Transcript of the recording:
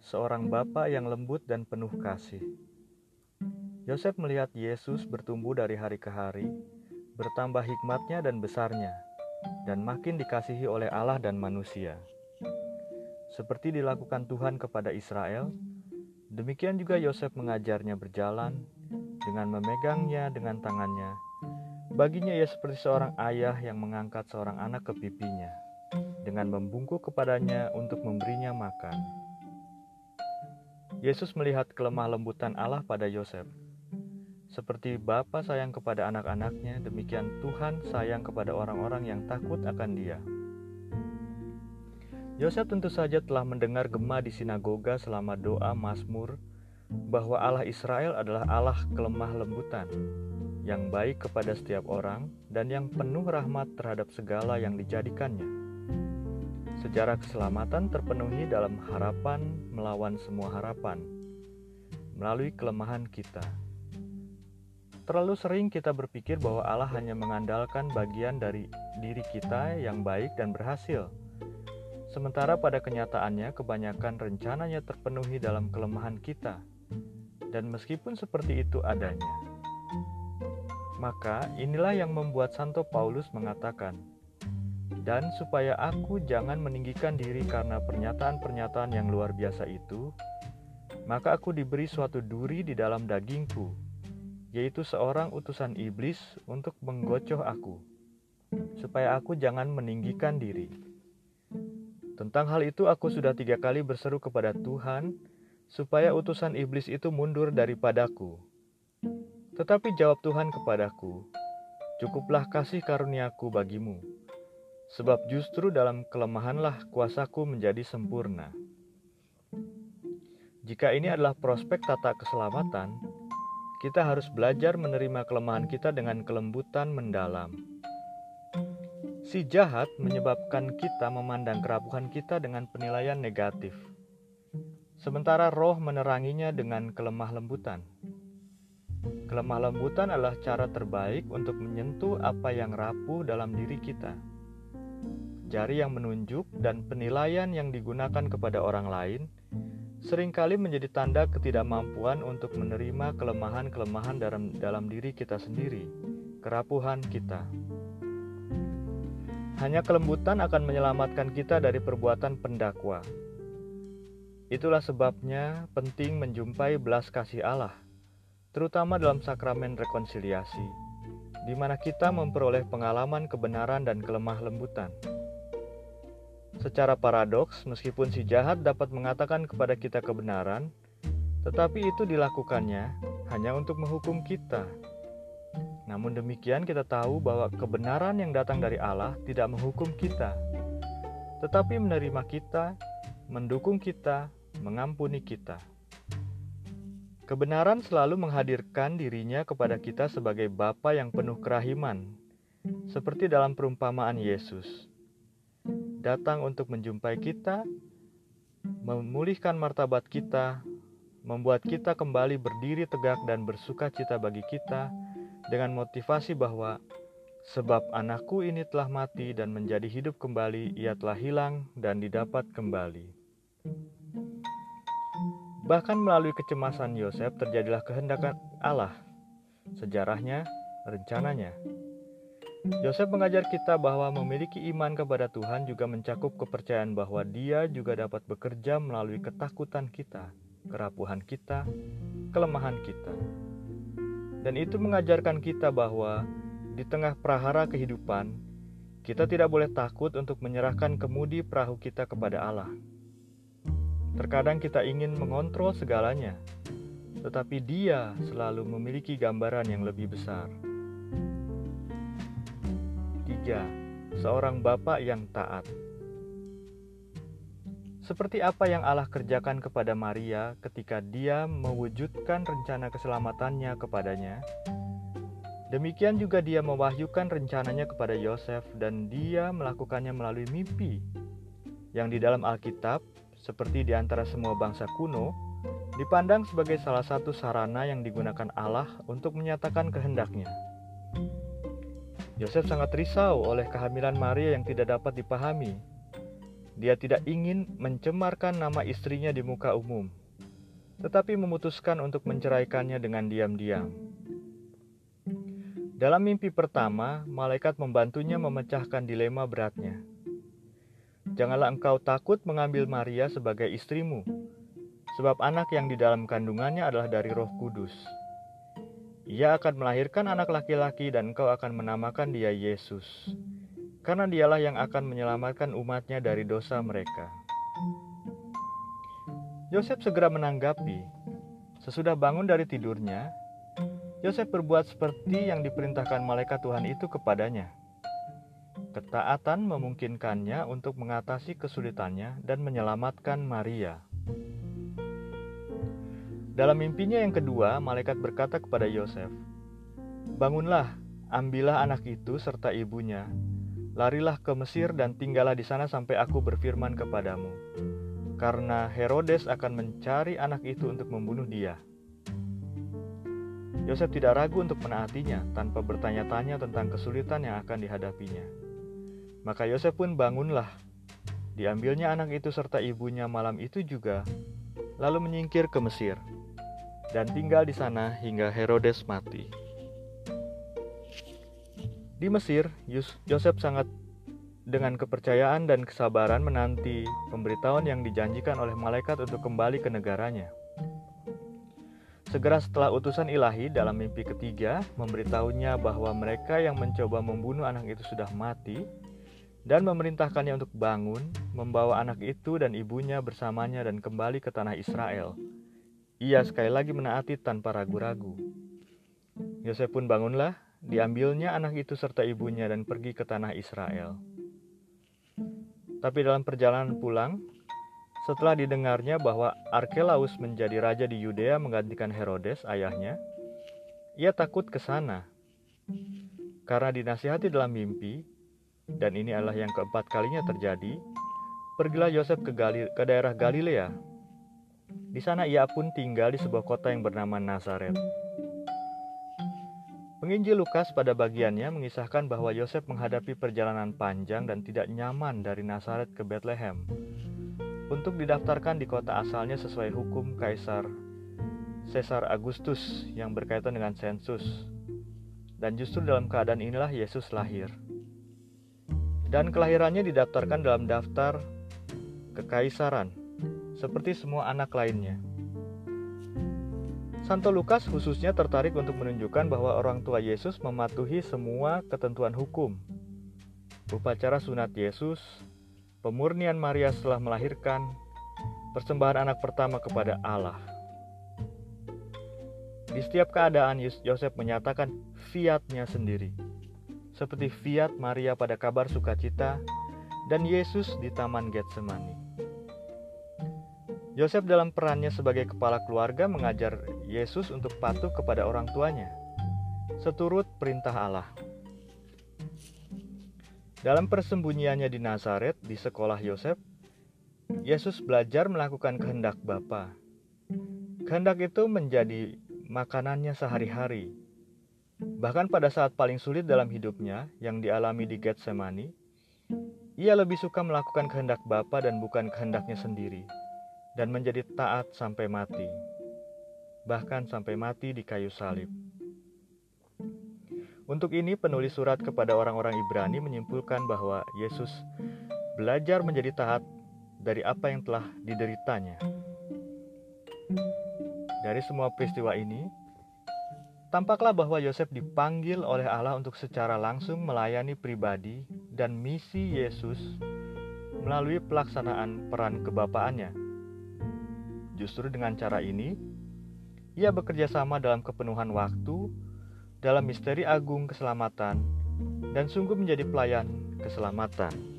seorang bapa yang lembut dan penuh kasih. Yosef melihat Yesus bertumbuh dari hari ke hari, bertambah hikmatnya dan besarnya, dan makin dikasihi oleh Allah dan manusia. Seperti dilakukan Tuhan kepada Israel, demikian juga Yosef mengajarnya berjalan dengan memegangnya dengan tangannya. Baginya ia seperti seorang ayah yang mengangkat seorang anak ke pipinya, dengan membungkuk kepadanya untuk memberinya makan. Yesus melihat kelemah lembutan Allah pada Yosef. Seperti Bapa sayang kepada anak-anaknya, demikian Tuhan sayang kepada orang-orang yang takut akan Dia. Yosef tentu saja telah mendengar gema di sinagoga selama doa Mazmur bahwa Allah Israel adalah Allah kelemah lembutan, yang baik kepada setiap orang dan yang penuh rahmat terhadap segala yang dijadikannya. Sejarah keselamatan terpenuhi dalam harapan melawan semua harapan, melalui kelemahan kita. Terlalu sering kita berpikir bahwa Allah hanya mengandalkan bagian dari diri kita yang baik dan berhasil. Sementara pada kenyataannya kebanyakan rencananya terpenuhi dalam kelemahan kita. Dan meskipun seperti itu adanya, maka inilah yang membuat Santo Paulus mengatakan, "Dan supaya aku jangan meninggikan diri karena pernyataan-pernyataan yang luar biasa itu, maka aku diberi suatu duri di dalam dagingku, yaitu seorang utusan iblis untuk menggocoh aku, supaya aku jangan meninggikan diri. Tentang hal itu aku sudah 3 kali berseru kepada Tuhan, supaya utusan iblis itu mundur daripadaku. Tetapi jawab Tuhan kepadaku, cukuplah kasih karuniaku bagimu, sebab justru dalam kelemahanlah kuasaku menjadi sempurna." Jika ini adalah prospek tata keselamatan, kita harus belajar menerima kelemahan kita dengan kelembutan mendalam. Si jahat menyebabkan kita memandang kerapuhan kita dengan penilaian negatif, sementara Roh meneranginya dengan kelemah lembutan. Kelemah lembutan adalah cara terbaik untuk menyentuh apa yang rapuh dalam diri kita. Jari yang menunjuk dan penilaian yang digunakan kepada orang lain seringkali menjadi tanda ketidakmampuan untuk menerima kelemahan-kelemahan dalam diri kita sendiri, kerapuhan kita. Hanya kelembutan akan menyelamatkan kita dari perbuatan pendakwa. Itulah sebabnya penting menjumpai belas kasih Allah, terutama dalam sakramen rekonsiliasi, di mana kita memperoleh pengalaman kebenaran dan kelemah lembutan. Secara paradoks, meskipun si jahat dapat mengatakan kepada kita kebenaran, tetapi itu dilakukannya hanya untuk menghukum kita. Namun demikian kita tahu bahwa kebenaran yang datang dari Allah tidak menghukum kita, tetapi menerima kita, mendukung kita, mengampuni kita. Kebenaran selalu menghadirkan dirinya kepada kita sebagai Bapa yang penuh kerahiman, seperti dalam perumpamaan Yesus. Datang untuk menjumpai kita, memulihkan martabat kita, membuat kita kembali berdiri tegak dan bersuka cita bagi kita, dengan motivasi bahwa sebab anakku ini telah mati dan menjadi hidup kembali, ia telah hilang dan didapat kembali. Bahkan melalui kecemasan Yosef terjadilah kehendak Allah, sejarahnya, rencananya. Yosef mengajar kita bahwa memiliki iman kepada Tuhan juga mencakup kepercayaan bahwa Dia juga dapat bekerja melalui ketakutan kita, kerapuhan kita, kelemahan kita. Dan itu mengajarkan kita bahwa di tengah prahara kehidupan, kita tidak boleh takut untuk menyerahkan kemudi perahu kita kepada Allah. Terkadang kita ingin mengontrol segalanya, tetapi Dia selalu memiliki gambaran yang lebih besar. 3. Seorang bapa yang taat. Seperti apa yang Allah kerjakan kepada Maria ketika Dia mewujudkan rencana keselamatannya kepadanya, demikian juga Dia mewahyukan rencananya kepada Yosef, dan Dia melakukannya melalui mimpi, yang di dalam Alkitab, seperti di antara semua bangsa kuno, dipandang sebagai salah satu sarana yang digunakan Allah untuk menyatakan kehendak-Nya. Yosef sangat risau oleh kehamilan Maria yang tidak dapat dipahami. Dia tidak ingin mencemarkan nama istrinya di muka umum, tetapi memutuskan untuk menceraikannya dengan diam-diam. Dalam mimpi pertama, malaikat membantunya memecahkan dilema beratnya. Janganlah engkau takut mengambil Maria sebagai istrimu, sebab anak yang di dalam kandungannya adalah dari Roh Kudus. Ia akan melahirkan anak laki-laki dan engkau akan menamakan dia Yesus, karena dialah yang akan menyelamatkan umatnya dari dosa mereka. Yosef segera menanggapi. Sesudah bangun dari tidurnya, Yosef berbuat seperti yang diperintahkan malaikat Tuhan itu kepadanya. Ketaatan memungkinkannya untuk mengatasi kesulitannya dan menyelamatkan Maria. Dalam mimpinya yang kedua, malaikat berkata kepada Yosef, "Bangunlah, ambillah anak itu serta ibunya, larilah ke Mesir dan tinggallah di sana sampai aku berfirman kepadamu, karena Herodes akan mencari anak itu untuk membunuh dia." Yosef tidak ragu untuk menaatinya tanpa bertanya-tanya tentang kesulitan yang akan dihadapinya. Maka Yosef pun bangunlah. Diambilnya anak itu serta ibunya malam itu juga, lalu menyingkir ke Mesir dan tinggal di sana hingga Herodes mati. Di Mesir, Yosef sangat dengan kepercayaan dan kesabaran menanti pemberitahuan yang dijanjikan oleh malaikat untuk kembali ke negaranya. Segera setelah utusan ilahi dalam mimpi ketiga memberitahunya bahwa mereka yang mencoba membunuh anak itu sudah mati, dan memerintahkannya untuk bangun, membawa anak itu dan ibunya bersamanya dan kembali ke tanah Israel. Ia sekali lagi menaati tanpa ragu-ragu. Yosef pun bangunlah, diambilnya anak itu serta ibunya dan pergi ke tanah Israel. Tapi dalam perjalanan pulang, setelah didengarnya bahwa Arkelaus menjadi raja di Yudea menggantikan Herodes, ayahnya, ia takut ke sana. Karena dinasihati dalam mimpi, dan ini adalah yang keempat kalinya terjadi, pergilah Yosef ke daerah Galilea. Di sana ia pun tinggal di sebuah kota yang bernama Nazaret. Penginjil Lukas pada bagiannya mengisahkan bahwa Yosef menghadapi perjalanan panjang dan tidak nyaman dari Nazaret ke Bethlehem untuk didaftarkan di kota asalnya sesuai hukum Kaisar Caesar Augustus yang berkaitan dengan sensus. Dan justru dalam keadaan inilah Yesus lahir. Dan kelahirannya didaftarkan dalam daftar kekaisaran, seperti semua anak lainnya. Santo Lukas khususnya tertarik untuk menunjukkan bahwa orang tua Yesus mematuhi semua ketentuan hukum. Upacara sunat Yesus, pemurnian Maria setelah melahirkan, persembahan anak pertama kepada Allah. Di setiap keadaan Yosef menyatakan fiat-nya sendiri, seperti fiat Maria pada kabar sukacita dan Yesus di Taman Getsemani. Yosef dalam perannya sebagai kepala keluarga mengajar Yesus untuk patuh kepada orang tuanya, seturut perintah Allah. Dalam persembunyiannya di Nazaret, di sekolah Yosef, Yesus belajar melakukan kehendak Bapa. Kehendak itu menjadi makanannya sehari-hari. Bahkan pada saat paling sulit dalam hidupnya, yang dialami di Getsemani, ia lebih suka melakukan kehendak Bapa dan bukan kehendaknya sendiri, dan menjadi taat sampai mati, bahkan sampai mati di kayu salib. Untuk ini penulis surat kepada orang-orang Ibrani menyimpulkan bahwa Yesus belajar menjadi taat dari apa yang telah dideritanya. Dari semua peristiwa ini, tampaklah bahwa Yosef dipanggil oleh Allah untuk secara langsung melayani pribadi dan misi Yesus melalui pelaksanaan peran kebapaannya. Justru dengan cara ini, ia bekerja sama dalam kepenuhan waktu, dalam misteri agung keselamatan, dan sungguh menjadi pelayan keselamatan.